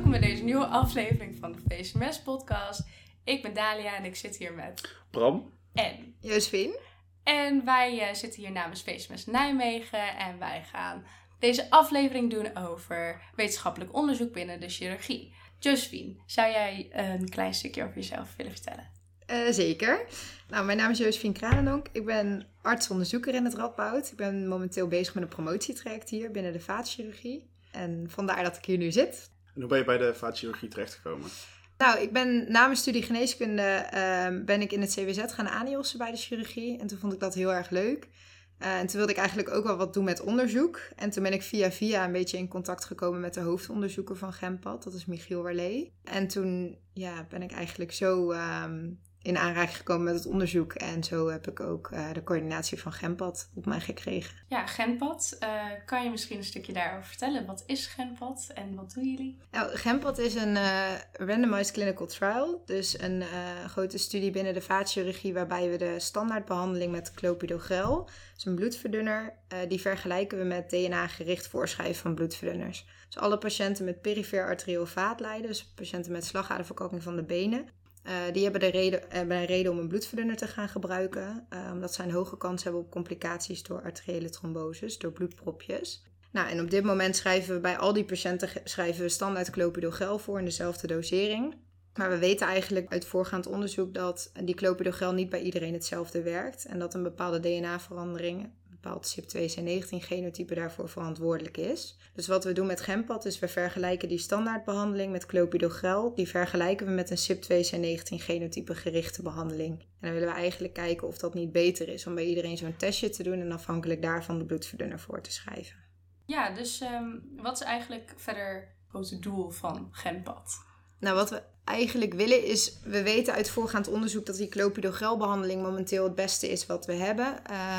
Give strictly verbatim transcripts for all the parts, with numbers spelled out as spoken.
welkom bij deze nieuwe aflevering van de V C M S-podcast. Ik ben Dalia en ik zit hier met Bram en Josephine. En wij uh, zitten hier namens V C M S Nijmegen en wij gaan deze aflevering doen over wetenschappelijk onderzoek binnen de chirurgie. Josephine, zou jij een klein stukje over jezelf willen vertellen? Uh, zeker. Nou, mijn naam is Josephine Kranendonk. Ik ben arts-onderzoeker in het Radboud. Ik ben momenteel bezig met een promotietraject hier binnen de vaatchirurgie. En vandaar dat ik hier nu zit. En hoe ben je bij de vaatchirurgie terechtgekomen? Nou, ik ben na mijn studie geneeskunde uh, ben ik in het C W Z gaan aaniossen bij de chirurgie. En toen vond ik dat heel erg leuk. Uh, en toen wilde ik eigenlijk ook wel wat doen met onderzoek. En toen ben ik via via een beetje in contact gekomen met de hoofdonderzoeker van Gempad. Dat is Michiel Warlee. En toen ja, ben ik eigenlijk zo um, in aanraking gekomen met het onderzoek. En zo heb ik ook uh, de coördinatie van Gempad op mij gekregen. Ja, Gempad. Uh, kan je misschien een stukje daarover vertellen? Wat is Gempad en wat doen jullie? Nou, Gempad is een uh, randomized clinical trial. Dus een uh, grote studie binnen de vaatchirurgie waarbij we de standaardbehandeling met clopidogrel, dat is een bloedverdunner, uh, die vergelijken we met D N A-gericht voorschrijven van bloedverdunners. Dus alle patiënten met perifeer arterieel vaatlijden, dus patiënten met slagaderverkalking van de benen, Uh, die hebben, de reden, hebben een reden om een bloedverdunner te gaan gebruiken. Uh, omdat zij een hoge kans hebben op complicaties door arteriële tromboses, door bloedpropjes. Nou, en op dit moment schrijven we bij al die patiënten schrijven we standaard clopidogrel voor in dezelfde dosering. Maar we weten eigenlijk uit voorgaand onderzoek dat die clopidogrel niet bij iedereen hetzelfde werkt. En dat een bepaalde D N A-verandering, een bepaald C Y P twee C negentien genotype daarvoor verantwoordelijk is. Dus wat we doen met Gempad is we vergelijken die standaardbehandeling met clopidogrel. Die vergelijken we met een C Y P twee C negentien genotype gerichte behandeling. En dan willen we eigenlijk kijken of dat niet beter is om bij iedereen zo'n testje te doen en afhankelijk daarvan de bloedverdunner voor te schrijven. Ja, dus um, wat is eigenlijk verder het grote doel van Gempad? Nou, wat we eigenlijk willen is, we weten uit voorgaand onderzoek dat die clopidogrelbehandeling momenteel het beste is wat we hebben.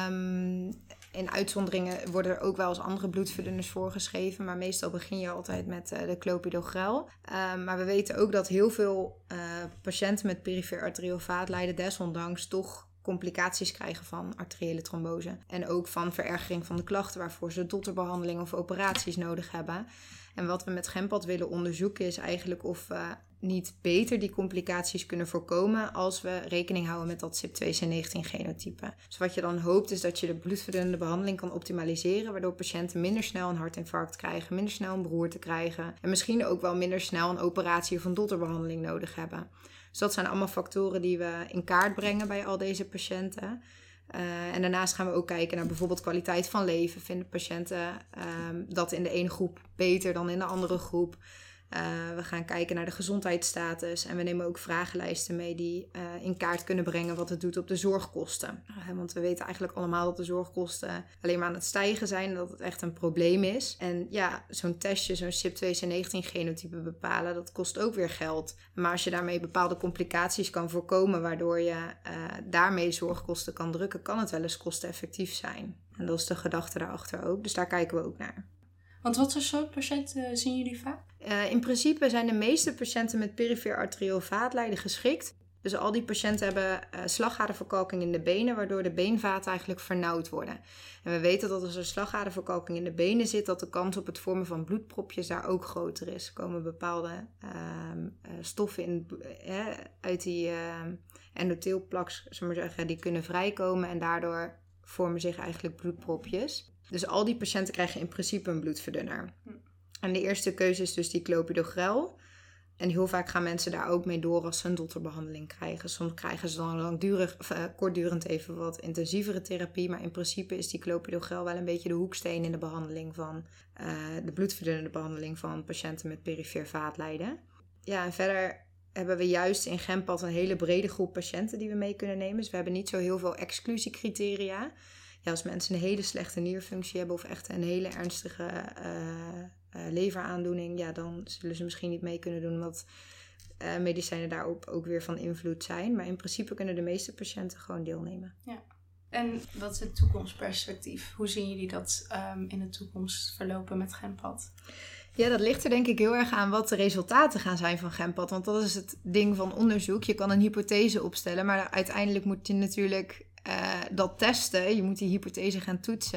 Um, in uitzonderingen worden er ook wel eens andere bloedverdunners voorgeschreven, maar meestal begin je altijd met uh, de clopidogrel. Um, maar we weten ook dat heel veel uh, patiënten met perifeer arterieel vaatlijden desondanks toch complicaties krijgen van arteriële trombose. En ook van verergering van de klachten waarvoor ze dotterbehandeling of operaties nodig hebben. En wat we met Gempad willen onderzoeken is eigenlijk of we niet beter die complicaties kunnen voorkomen als we rekening houden met dat C Y P twee C negentien genotype. Dus wat je dan hoopt is dat je de bloedverdunnende behandeling kan optimaliseren, waardoor patiënten minder snel een hartinfarct krijgen, minder snel een beroerte krijgen en misschien ook wel minder snel een operatie of een dotterbehandeling nodig hebben. Dus dat zijn allemaal factoren die we in kaart brengen bij al deze patiënten. Uh, en daarnaast gaan we ook kijken naar bijvoorbeeld kwaliteit van leven. Vinden patiënten um, dat in de ene groep beter dan in de andere groep? Uh, we gaan kijken naar de gezondheidsstatus. En we nemen ook vragenlijsten mee die uh, in kaart kunnen brengen wat het doet op de zorgkosten. Uh, want we weten eigenlijk allemaal dat de zorgkosten alleen maar aan het stijgen zijn. En dat het echt een probleem is. En ja, zo'n testje, zo'n C Y P twee C negentien genotype bepalen, dat kost ook weer geld. Maar als je daarmee bepaalde complicaties kan voorkomen, waardoor je uh, daarmee zorgkosten kan drukken, kan het wel eens kosteneffectief zijn. En dat is de gedachte daarachter ook. Dus daar kijken we ook naar. Want wat voor soort patiënten zien jullie vaak? Uh, in principe zijn de meeste patiënten met perifeer arterieel vaatlijden geschikt. Dus al die patiënten hebben uh, slagaderverkalking in de benen, waardoor de beenvaten eigenlijk vernauwd worden. En we weten dat als er slagaderverkalking in de benen zit, dat de kans op het vormen van bloedpropjes daar ook groter is. Er komen bepaalde uh, uh, stoffen in, uh, uit die uh, endotheelplaks, zullen we zeggen, die kunnen vrijkomen en daardoor vormen zich eigenlijk bloedpropjes. Dus al die patiënten krijgen in principe een bloedverdunner. Hm. En de eerste keuze is dus die clopidogrel. En heel vaak gaan mensen daar ook mee door als ze een dotterbehandeling krijgen. Soms krijgen ze dan langdurig, of, uh, kortdurend even wat intensievere therapie. Maar in principe is die clopidogrel wel een beetje de hoeksteen in de behandeling van uh, de bloedverdunnende behandeling van patiënten met perifeer vaatlijden. Ja, en verder hebben we juist in Gempad een hele brede groep patiënten die we mee kunnen nemen. Dus we hebben niet zo heel veel exclusiecriteria. Ja, als mensen een hele slechte nierfunctie hebben of echt een hele ernstige uh, uh, leveraandoening, ja, dan zullen ze misschien niet mee kunnen doen, omdat uh, medicijnen daarop ook weer van invloed zijn. Maar in principe kunnen de meeste patiënten gewoon deelnemen. Ja. En wat is het toekomstperspectief? Hoe zien jullie dat um, in de toekomst verlopen met Gempad? Ja, dat ligt er denk ik heel erg aan wat de resultaten gaan zijn van Gempad. Want dat is het ding van onderzoek. Je kan een hypothese opstellen, maar uiteindelijk moet je natuurlijk uh, dat testen. Je moet die hypothese gaan toetsen.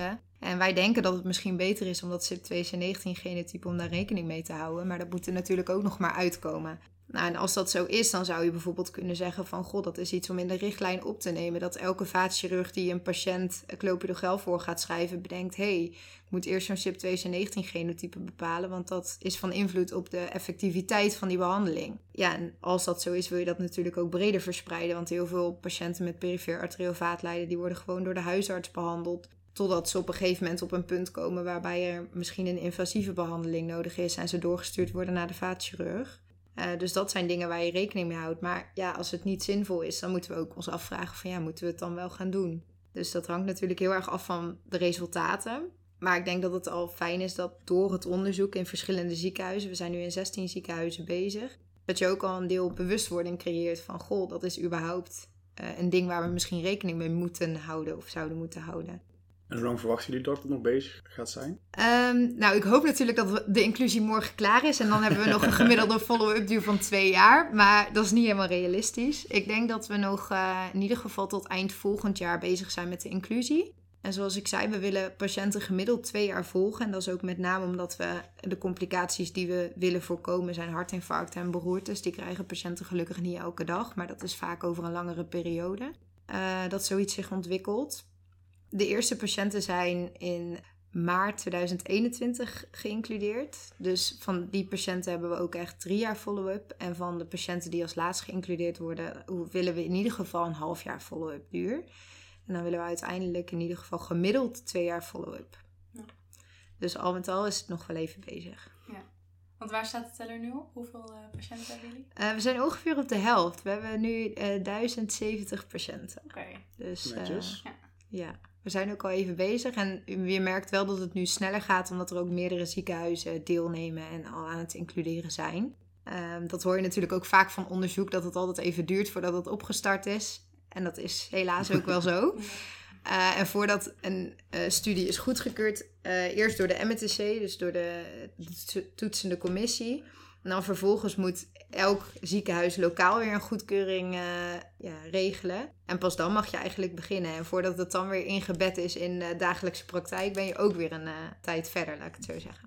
En wij denken dat het misschien beter is om dat C Y P twee C negentien genotype om daar rekening mee te houden. Maar dat moet er natuurlijk ook nog maar uitkomen. Nou, en als dat zo is, dan zou je bijvoorbeeld kunnen zeggen van... goh, dat is iets om in de richtlijn op te nemen. Dat elke vaatchirurg die een patiënt clopidogrel voor gaat schrijven... bedenkt, hé, hey, ik moet eerst zo'n C Y P twee C negentien genotype bepalen... want dat is van invloed op de effectiviteit van die behandeling. Ja, en als dat zo is, wil je dat natuurlijk ook breder verspreiden... want heel veel patiënten met perifeer arterieel vaatlijden... die worden gewoon door de huisarts behandeld... totdat ze op een gegeven moment op een punt komen... waarbij er misschien een invasieve behandeling nodig is... en ze doorgestuurd worden naar de vaatchirurg. Uh, dus dat zijn dingen waar je rekening mee houdt. Maar ja, als het niet zinvol is, dan moeten we ook ons afvragen van ja, moeten we het dan wel gaan doen? Dus dat hangt natuurlijk heel erg af van de resultaten. Maar ik denk dat het al fijn is dat door het onderzoek in verschillende ziekenhuizen, we zijn nu in zestien ziekenhuizen bezig, dat je ook al een deel bewustwording creëert van goh, dat is überhaupt uh, een ding waar we misschien rekening mee moeten houden of zouden moeten houden. En hoe lang verwachten jullie dat het nog bezig gaat zijn? Um, nou, ik hoop natuurlijk dat de inclusie morgen klaar is. En dan hebben we nog een gemiddelde follow-up duur van twee jaar. Maar dat is niet helemaal realistisch. Ik denk dat we nog uh, in ieder geval tot eind volgend jaar bezig zijn met de inclusie. En zoals ik zei, we willen patiënten gemiddeld twee jaar volgen. En dat is ook met name omdat we de complicaties die we willen voorkomen zijn hartinfarcten en beroertes. Die krijgen patiënten gelukkig niet elke dag. Maar dat is vaak over een langere periode. Uh, dat zoiets zich ontwikkelt. De eerste patiënten zijn in maart tweeduizend eenentwintig geïncludeerd. Dus van die patiënten hebben we ook echt drie jaar follow-up. En van de patiënten die als laatst geïncludeerd worden, willen we in ieder geval een half jaar follow-up duur. En dan willen we uiteindelijk in ieder geval gemiddeld twee jaar follow-up. Ja. Dus al met al is het nog wel even bezig. Ja. Want waar staat de teller nu op? Hoeveel uh, patiënten hebben jullie? Uh, we zijn ongeveer op de helft. We hebben nu uh, duizend zeventig patiënten. Oké. Okay. Dus, netjes. Uh, ja. ja. We zijn ook al even bezig en je merkt wel dat het nu sneller gaat... omdat er ook meerdere ziekenhuizen deelnemen en al aan het includeren zijn. Um, dat hoor je natuurlijk ook vaak van onderzoek... dat het altijd even duurt voordat het opgestart is. En dat is helaas ook wel zo. Uh, en voordat een uh, studie is goedgekeurd... Uh, eerst door de M T C, dus door de, de toetsende commissie... En dan vervolgens moet elk ziekenhuis lokaal weer een goedkeuring uh, ja, regelen. En pas dan mag je eigenlijk beginnen. En voordat het dan weer ingebed is in de dagelijkse praktijk... ben je ook weer een uh, tijd verder, laat ik het zo zeggen.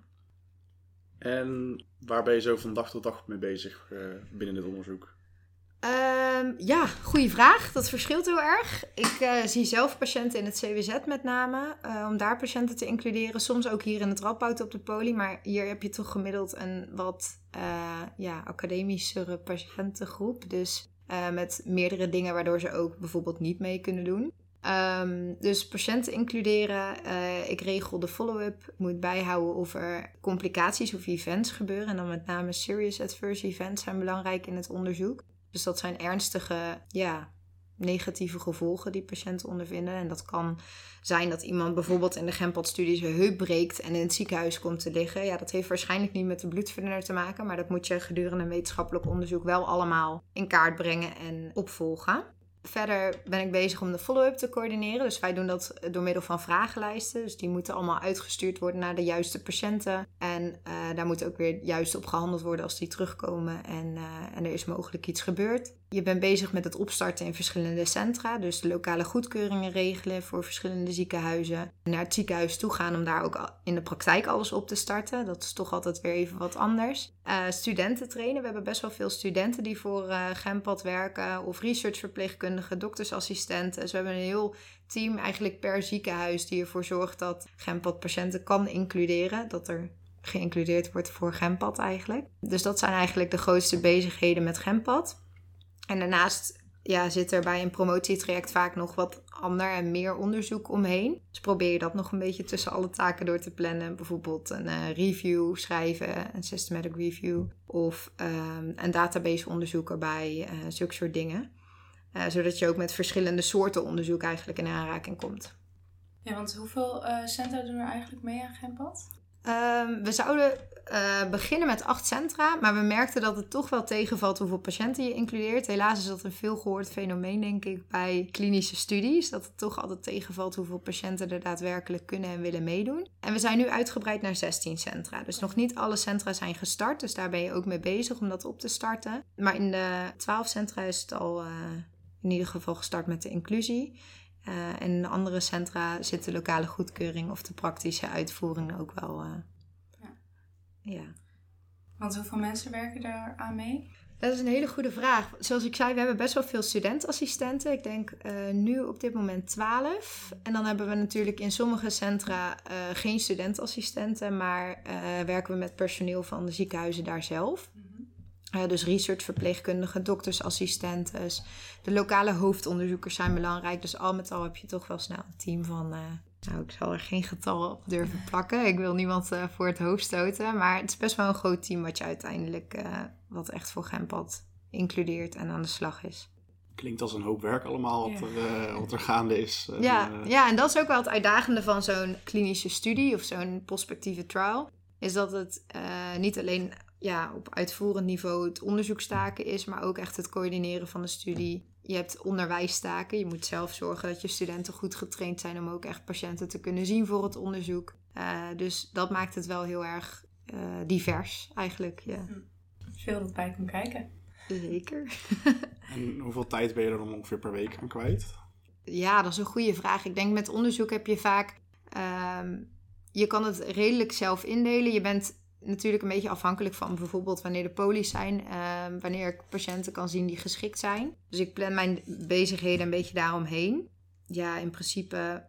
En waar ben je zo van dag tot dag mee bezig uh, binnen dit onderzoek? Um, ja, goede vraag. Dat verschilt heel erg. Ik uh, zie zelf patiënten in het C W Z met name, uh, om daar patiënten te includeren. Soms ook hier in het Radboud op de poli, maar hier heb je toch gemiddeld een wat uh, ja, academischere patiëntengroep. Dus uh, met meerdere dingen waardoor ze ook bijvoorbeeld niet mee kunnen doen. Um, dus patiënten includeren. Uh, ik regel de follow-up. Ik moet bijhouden of er complicaties of events gebeuren. En dan met name serious adverse events zijn belangrijk in het onderzoek. Dus dat zijn ernstige, ja, negatieve gevolgen die patiënten ondervinden. En dat kan zijn dat iemand bijvoorbeeld in de Gempad-studie zijn heup breekt en in het ziekenhuis komt te liggen. Ja, dat heeft waarschijnlijk niet met de bloedverdunner te maken, maar dat moet je gedurende een wetenschappelijk onderzoek wel allemaal in kaart brengen en opvolgen. Verder ben ik bezig om de follow-up te coördineren. Dus wij doen dat door middel van vragenlijsten. Dus die moeten allemaal uitgestuurd worden naar de juiste patiënten. En uh, daar moet ook weer juist op gehandeld worden als die terugkomen en, uh, en er is mogelijk iets gebeurd. Je bent bezig met het opstarten in verschillende centra. Dus de lokale goedkeuringen regelen voor verschillende ziekenhuizen. Naar het ziekenhuis toe gaan om daar ook in de praktijk alles op te starten. Dat is toch altijd weer even wat anders. Uh, studenten trainen. We hebben best wel veel studenten die voor uh, Gempad werken. Of researchverpleegkundigen, doktersassistenten. Dus we hebben een heel team eigenlijk per ziekenhuis die ervoor zorgt dat Gempad patiënten kan includeren. Dat er geïncludeerd wordt voor Gempad eigenlijk. Dus dat zijn eigenlijk de grootste bezigheden met Gempad. En daarnaast ja, zit er bij een promotietraject vaak nog wat ander en meer onderzoek omheen. Dus probeer je dat nog een beetje tussen alle taken door te plannen. Bijvoorbeeld een uh, review schrijven, een systematic review. Of um, een database onderzoek erbij, uh, zulke soort dingen. Uh, zodat je ook met verschillende soorten onderzoek eigenlijk in aanraking komt. Ja, want hoeveel uh, centra doen er eigenlijk mee aan Gempad? Um, we zouden uh, beginnen met acht centra, maar we merkten dat het toch wel tegenvalt hoeveel patiënten je includeert. Helaas is dat een veel gehoord fenomeen, denk ik, bij klinische studies. Dat het toch altijd tegenvalt hoeveel patiënten er daadwerkelijk kunnen en willen meedoen. En we zijn nu uitgebreid naar zestien centra. Dus nog niet alle centra zijn gestart, dus daar ben je ook mee bezig om dat op te starten. Maar in de twaalf centra is het al uh, in ieder geval gestart met de inclusie. Uh, en in andere centra zit de lokale goedkeuring of de praktische uitvoering ook wel. Uh, ja. ja. Want hoeveel mensen werken daar aan mee? Dat is een hele goede vraag. Zoals ik zei, we hebben best wel veel studentassistenten. Ik denk uh, nu op dit moment twaalf. En dan hebben we natuurlijk in sommige centra uh, geen studentassistenten, maar uh, werken we met personeel van de ziekenhuizen daar zelf. Mm-hmm. Uh, dus researchverpleegkundigen, doktersassistenten. De lokale hoofdonderzoekers zijn belangrijk. Dus al met al heb je toch wel snel een team van... Uh, nou, ik zal er geen getal op durven plakken. Ik wil niemand uh, voor het hoofd stoten. Maar het is best wel een groot team wat je uiteindelijk... Uh, wat echt voor Gempad includeert en aan de slag is. Klinkt als een hoop werk allemaal wat, ja. er, uh, wat er gaande is. Ja, en, uh... ja, en dat is ook wel het uitdagende van zo'n klinische studie of zo'n prospectieve trial. Is dat het uh, niet alleen ja, op uitvoerend niveau het onderzoekstaken is, maar ook echt het coördineren van de studie. Je hebt onderwijstaken. Je moet zelf zorgen dat je studenten goed getraind zijn om ook echt patiënten te kunnen zien voor het onderzoek. Uh, dus dat maakt het wel heel erg uh, divers eigenlijk, ja. Hm. Veel dat bij kan kijken. Zeker. En hoeveel tijd ben je er dan ongeveer per week aan kwijt? Ja, dat is een goede vraag. Ik denk met onderzoek heb je vaak... Um, je kan het redelijk zelf indelen. Je bent natuurlijk een beetje afhankelijk van bijvoorbeeld wanneer de polies zijn. Um, wanneer ik patiënten kan zien die geschikt zijn. Dus ik plan mijn bezigheden een beetje daaromheen. Ja, in principe...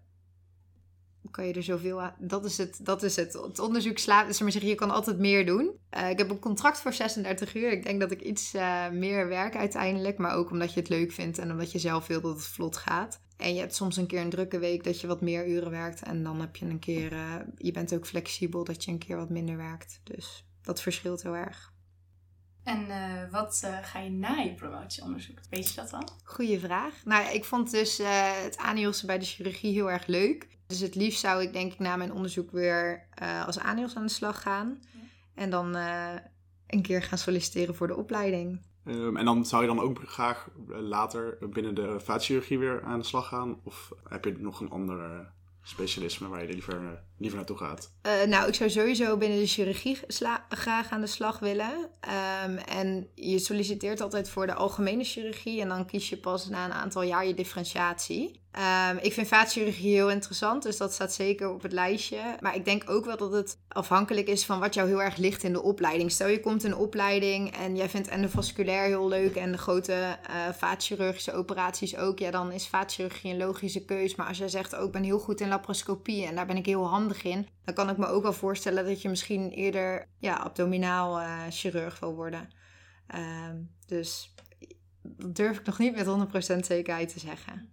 kan je er zoveel aan... Dat is het. Dat is het. Het onderzoek slaat... Dus maar zeggen, je kan altijd meer doen. Uh, ik heb een contract voor zesendertig uur. Ik denk dat ik iets uh, meer werk uiteindelijk. Maar ook omdat je het leuk vindt. En omdat je zelf wil dat het vlot gaat. En je hebt soms een keer een drukke week dat je wat meer uren werkt. En dan heb je een keer... Uh, je bent ook flexibel dat je een keer wat minder werkt. Dus dat verschilt heel erg. En uh, wat uh, ga je na je promotieonderzoek? Weet je dat al? Goeie vraag. Nou ja, ik vond dus uh, het aanhielsen bij de chirurgie heel erg leuk. Dus het liefst zou ik denk ik na mijn onderzoek weer uh, als aanhiels aan de slag gaan. Ja. En dan uh, een keer gaan solliciteren voor de opleiding. Um, en dan zou je dan ook graag later binnen de vaatchirurgie weer aan de slag gaan? Of heb je nog een ander specialisme waar je liever, liever naartoe gaat? Uh, nou, ik zou sowieso binnen de chirurgie sla- graag aan de slag willen. Um, en je solliciteert altijd voor de algemene chirurgie. En dan kies je pas na een aantal jaar je differentiatie. Um, ik vind vaatchirurgie heel interessant, dus dat staat zeker op het lijstje. Maar ik denk ook wel dat het afhankelijk is van wat jou heel erg ligt in de opleiding. Stel je komt in een opleiding en jij vindt endovasculair heel leuk en de grote uh, vaatchirurgische operaties ook. Ja, dan is vaatchirurgie een logische keus. Maar als jij zegt, ook oh, ik ben heel goed in laparoscopie en daar ben ik heel handig in, dan kan ik me ook wel voorstellen dat je misschien eerder ja, abdominaal uh, chirurg wil worden. Um, dus dat durf ik nog niet met honderd procent zekerheid te zeggen.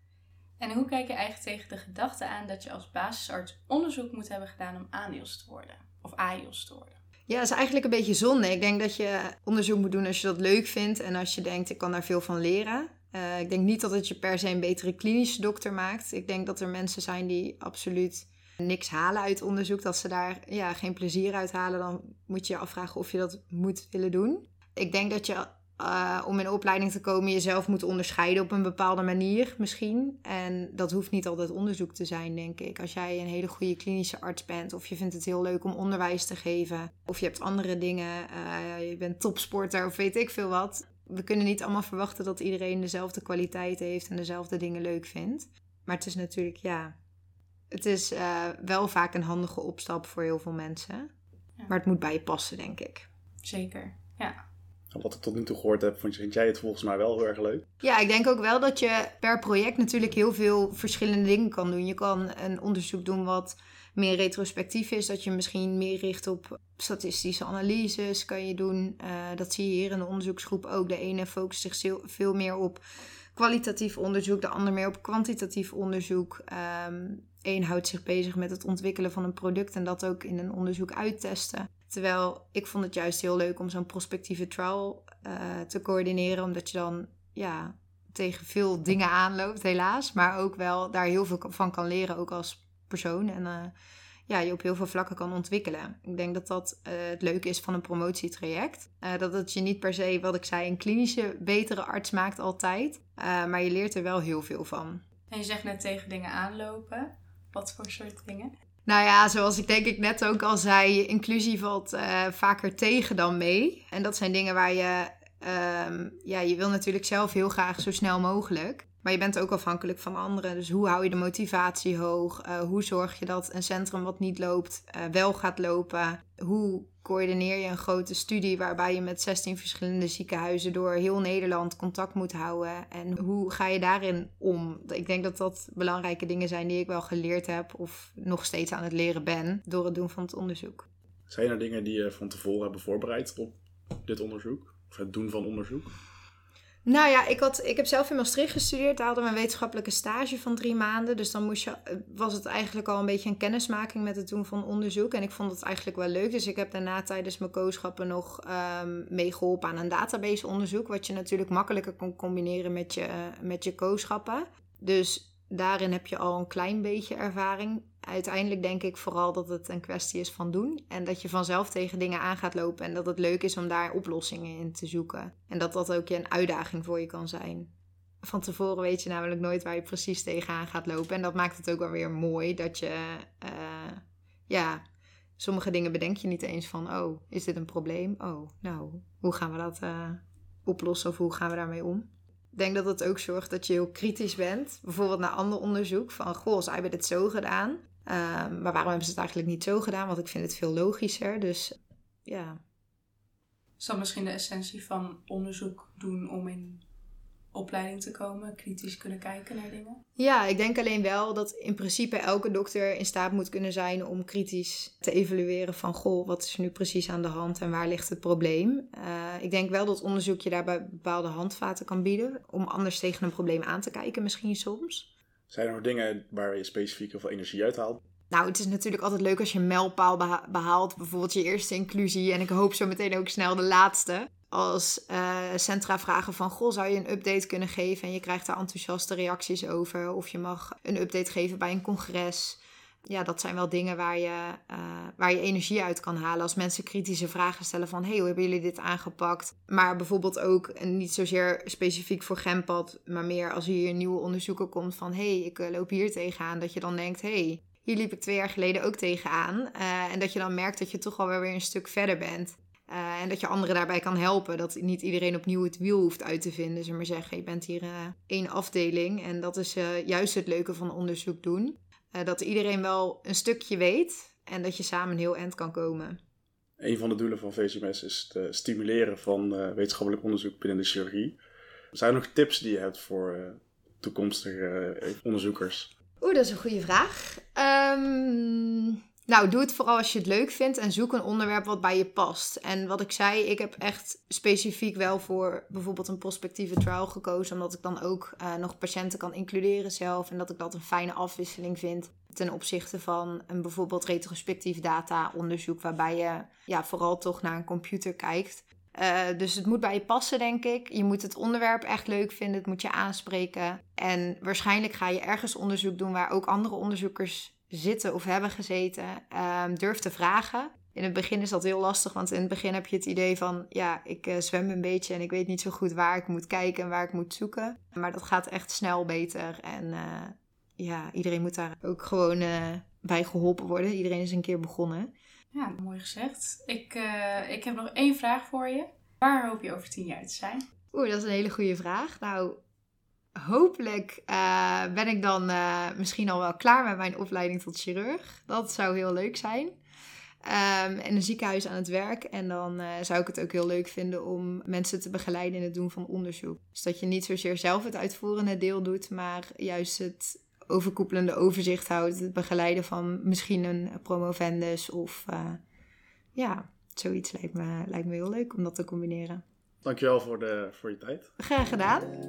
En hoe kijk je eigenlijk tegen de gedachte aan dat je als basisarts onderzoek moet hebben gedaan om A N I O S te worden? Of A I O S te worden? Ja, dat is eigenlijk een beetje zonde. Ik denk dat je onderzoek moet doen als je dat leuk vindt en als je denkt, ik kan daar veel van leren. Uh, ik denk niet dat het je per se een betere klinische dokter maakt. Ik denk dat er mensen zijn die absoluut niks halen uit onderzoek. Dat ze daar ja, geen plezier uit halen, dan moet je je afvragen of je dat moet willen doen. Ik denk dat je... Uh, om in de opleiding te komen jezelf moet onderscheiden op een bepaalde manier misschien. En dat hoeft niet altijd onderzoek te zijn, denk ik. Als jij een hele goede klinische arts bent of je vindt het heel leuk om onderwijs te geven of je hebt andere dingen, uh, je bent topsporter of weet ik veel wat. We kunnen niet allemaal verwachten dat iedereen dezelfde kwaliteit heeft en dezelfde dingen leuk vindt. Maar het is natuurlijk, ja, het is uh, wel vaak een handige opstap voor heel veel mensen. Ja. Maar het moet bij je passen, denk ik. Zeker, ja. Wat ik tot nu toe gehoord heb, vind jij het volgens mij wel heel erg leuk? Ja, ik denk ook wel dat je per project natuurlijk heel veel verschillende dingen kan doen. Je kan een onderzoek doen wat meer retrospectief is. Dat je misschien meer richt op statistische analyses kan je doen. Uh, dat zie je hier in de onderzoeksgroep ook. De ene focust zich veel meer op kwalitatief onderzoek, de ander meer op kwantitatief onderzoek. Um, Eén houdt zich bezig met het ontwikkelen van een product en dat ook in een onderzoek uittesten. Terwijl ik vond het juist heel leuk om zo'n prospectieve trial uh, te coördineren. Omdat je dan ja, tegen veel dingen aanloopt, helaas. Maar ook wel daar heel veel van kan leren, ook als persoon. En uh, ja, je op heel veel vlakken kan ontwikkelen. Ik denk dat dat uh, het leuke is van een promotietraject. Uh, dat het je niet per se, wat ik zei, een klinische betere arts maakt altijd. Uh, maar je leert er wel heel veel van. En je zegt net tegen dingen aanlopen. Wat voor soort dingen? Nou ja, zoals ik denk ik net ook al zei, inclusie valt uh, vaker tegen dan mee. En dat zijn dingen waar je, um, ja, je wil natuurlijk zelf heel graag zo snel mogelijk. Maar je bent ook afhankelijk van anderen. Dus hoe hou je de motivatie hoog? Uh, hoe zorg je dat een centrum wat niet loopt uh, wel gaat lopen? Hoe coördineer je een grote studie waarbij je met zestien verschillende ziekenhuizen door heel Nederland contact moet houden? En hoe ga je daarin om? Ik denk dat dat belangrijke dingen zijn die ik wel geleerd heb of nog steeds aan het leren ben door het doen van het onderzoek. Zijn er dingen die je van tevoren hebben voorbereid op dit onderzoek? Of het doen van onderzoek? Nou ja, ik, had, ik heb zelf in Maastricht gestudeerd. Daar hadden we een wetenschappelijke stage van drie maanden. Dus dan moest je, was het eigenlijk al een beetje een kennismaking met het doen van onderzoek. En ik vond het eigenlijk wel leuk. Dus ik heb daarna tijdens mijn kooschappen nog um, meegeholpen aan een database onderzoek. Wat je natuurlijk makkelijker kon combineren met je, uh, met je kooschappen. Dus daarin heb je al een klein beetje ervaring. Uiteindelijk denk ik vooral dat het een kwestie is van doen. En dat je vanzelf tegen dingen aan gaat lopen. En dat het leuk is om daar oplossingen in te zoeken. En dat dat ook een uitdaging voor je kan zijn. Van tevoren weet je namelijk nooit waar je precies tegenaan gaat lopen. En dat maakt het ook wel weer mooi. Dat je, uh, ja, sommige dingen bedenk je niet eens van... Oh, is dit een probleem? Oh, nou, hoe gaan we dat uh, oplossen? Of hoe gaan we daarmee om? Ik denk dat het ook zorgt dat je heel kritisch bent. Bijvoorbeeld naar ander onderzoek. Van, goh, zij hebben dit zo gedaan. Uh, maar waarom hebben ze het eigenlijk niet zo gedaan? Want ik vind het veel logischer. Dus ja. Is dat misschien de essentie van onderzoek doen om in opleiding te komen? Kritisch kunnen kijken naar dingen? Ja, ik denk alleen wel dat in principe elke dokter in staat moet kunnen zijn om kritisch te evalueren van... Goh, wat is er nu precies aan de hand en waar ligt het probleem? Uh, ik denk wel dat onderzoek je daarbij bepaalde handvaten kan bieden. Om anders tegen een probleem aan te kijken misschien soms. Zijn er nog dingen waar je specifiek heel veel energie uit haalt? Nou, het is natuurlijk altijd leuk als je een mijlpaal beha- behaalt. Bijvoorbeeld je eerste inclusie en ik hoop zo meteen ook snel de laatste. Als uh, centra vragen van, goh, zou je een update kunnen geven? En je krijgt daar enthousiaste reacties over. Of je mag een update geven bij een congres. Ja, dat zijn wel dingen waar je, uh, waar je energie uit kan halen. Als mensen kritische vragen stellen van... hey, hoe hebben jullie dit aangepakt? Maar bijvoorbeeld ook, en niet zozeer specifiek voor Gempad... maar meer als hier een nieuwe onderzoeker komt van... hey, ik uh, loop hier tegenaan. Dat je dan denkt, hey, hier liep ik twee jaar geleden ook tegenaan. Uh, en dat je dan merkt dat je toch wel weer een stuk verder bent. Uh, en dat je anderen daarbij kan helpen. Dat niet iedereen opnieuw het wiel hoeft uit te vinden. Zullen we maar zeggen, je bent hier uh, één afdeling. En dat is uh, juist het leuke van onderzoek doen... Uh, dat iedereen wel een stukje weet en dat je samen heel eind kan komen. Een van de doelen van V C M S is het stimuleren van uh, wetenschappelijk onderzoek binnen de chirurgie. Zijn er nog tips die je hebt voor uh, toekomstige uh, onderzoekers? Oeh, dat is een goede vraag. Um, nou, doe het vooral als je het leuk vindt en zoek een onderwerp wat bij je past. En wat ik zei, ik heb echt specifiek wel voor bijvoorbeeld een prospectieve trial gekozen. Omdat ik dan ook uh, nog patiënten kan includeren zelf. En dat ik dat een fijne afwisseling vind ten opzichte van een bijvoorbeeld retrospectief data onderzoek. Waarbij je ja, vooral toch naar een computer kijkt. Uh, dus het moet bij je passen, denk ik. Je moet het onderwerp echt leuk vinden. Het moet je aanspreken. En waarschijnlijk ga je ergens onderzoek doen waar ook andere onderzoekers zitten of hebben gezeten. Um, durf te vragen. In het begin is dat heel lastig, want in het begin heb je het idee van... ja, ik uh, zwem een beetje en ik weet niet zo goed waar ik moet kijken en waar ik moet zoeken. Maar dat gaat echt snel beter. En uh, ja, iedereen moet daar ook gewoon uh, bij geholpen worden. Iedereen is een keer begonnen. Ja, mooi gezegd. Ik, uh, ik heb nog één vraag voor je. Waar hoop je over tien jaar te zijn? Oeh, dat is een hele goede vraag. Nou, hopelijk uh, ben ik dan uh, misschien al wel klaar met mijn opleiding tot chirurg. Dat zou heel leuk zijn. Um, in een ziekenhuis aan het werk. En dan uh, zou ik het ook heel leuk vinden om mensen te begeleiden in het doen van onderzoek. Dus dat je niet zozeer zelf het uitvoerende deel doet, maar juist het overkoepelende overzicht houdt. Het begeleiden van misschien een promovendus of uh, ja, zoiets lijkt me, lijkt me heel leuk om dat te combineren. Dankjewel voor, de, voor je tijd. Graag gedaan.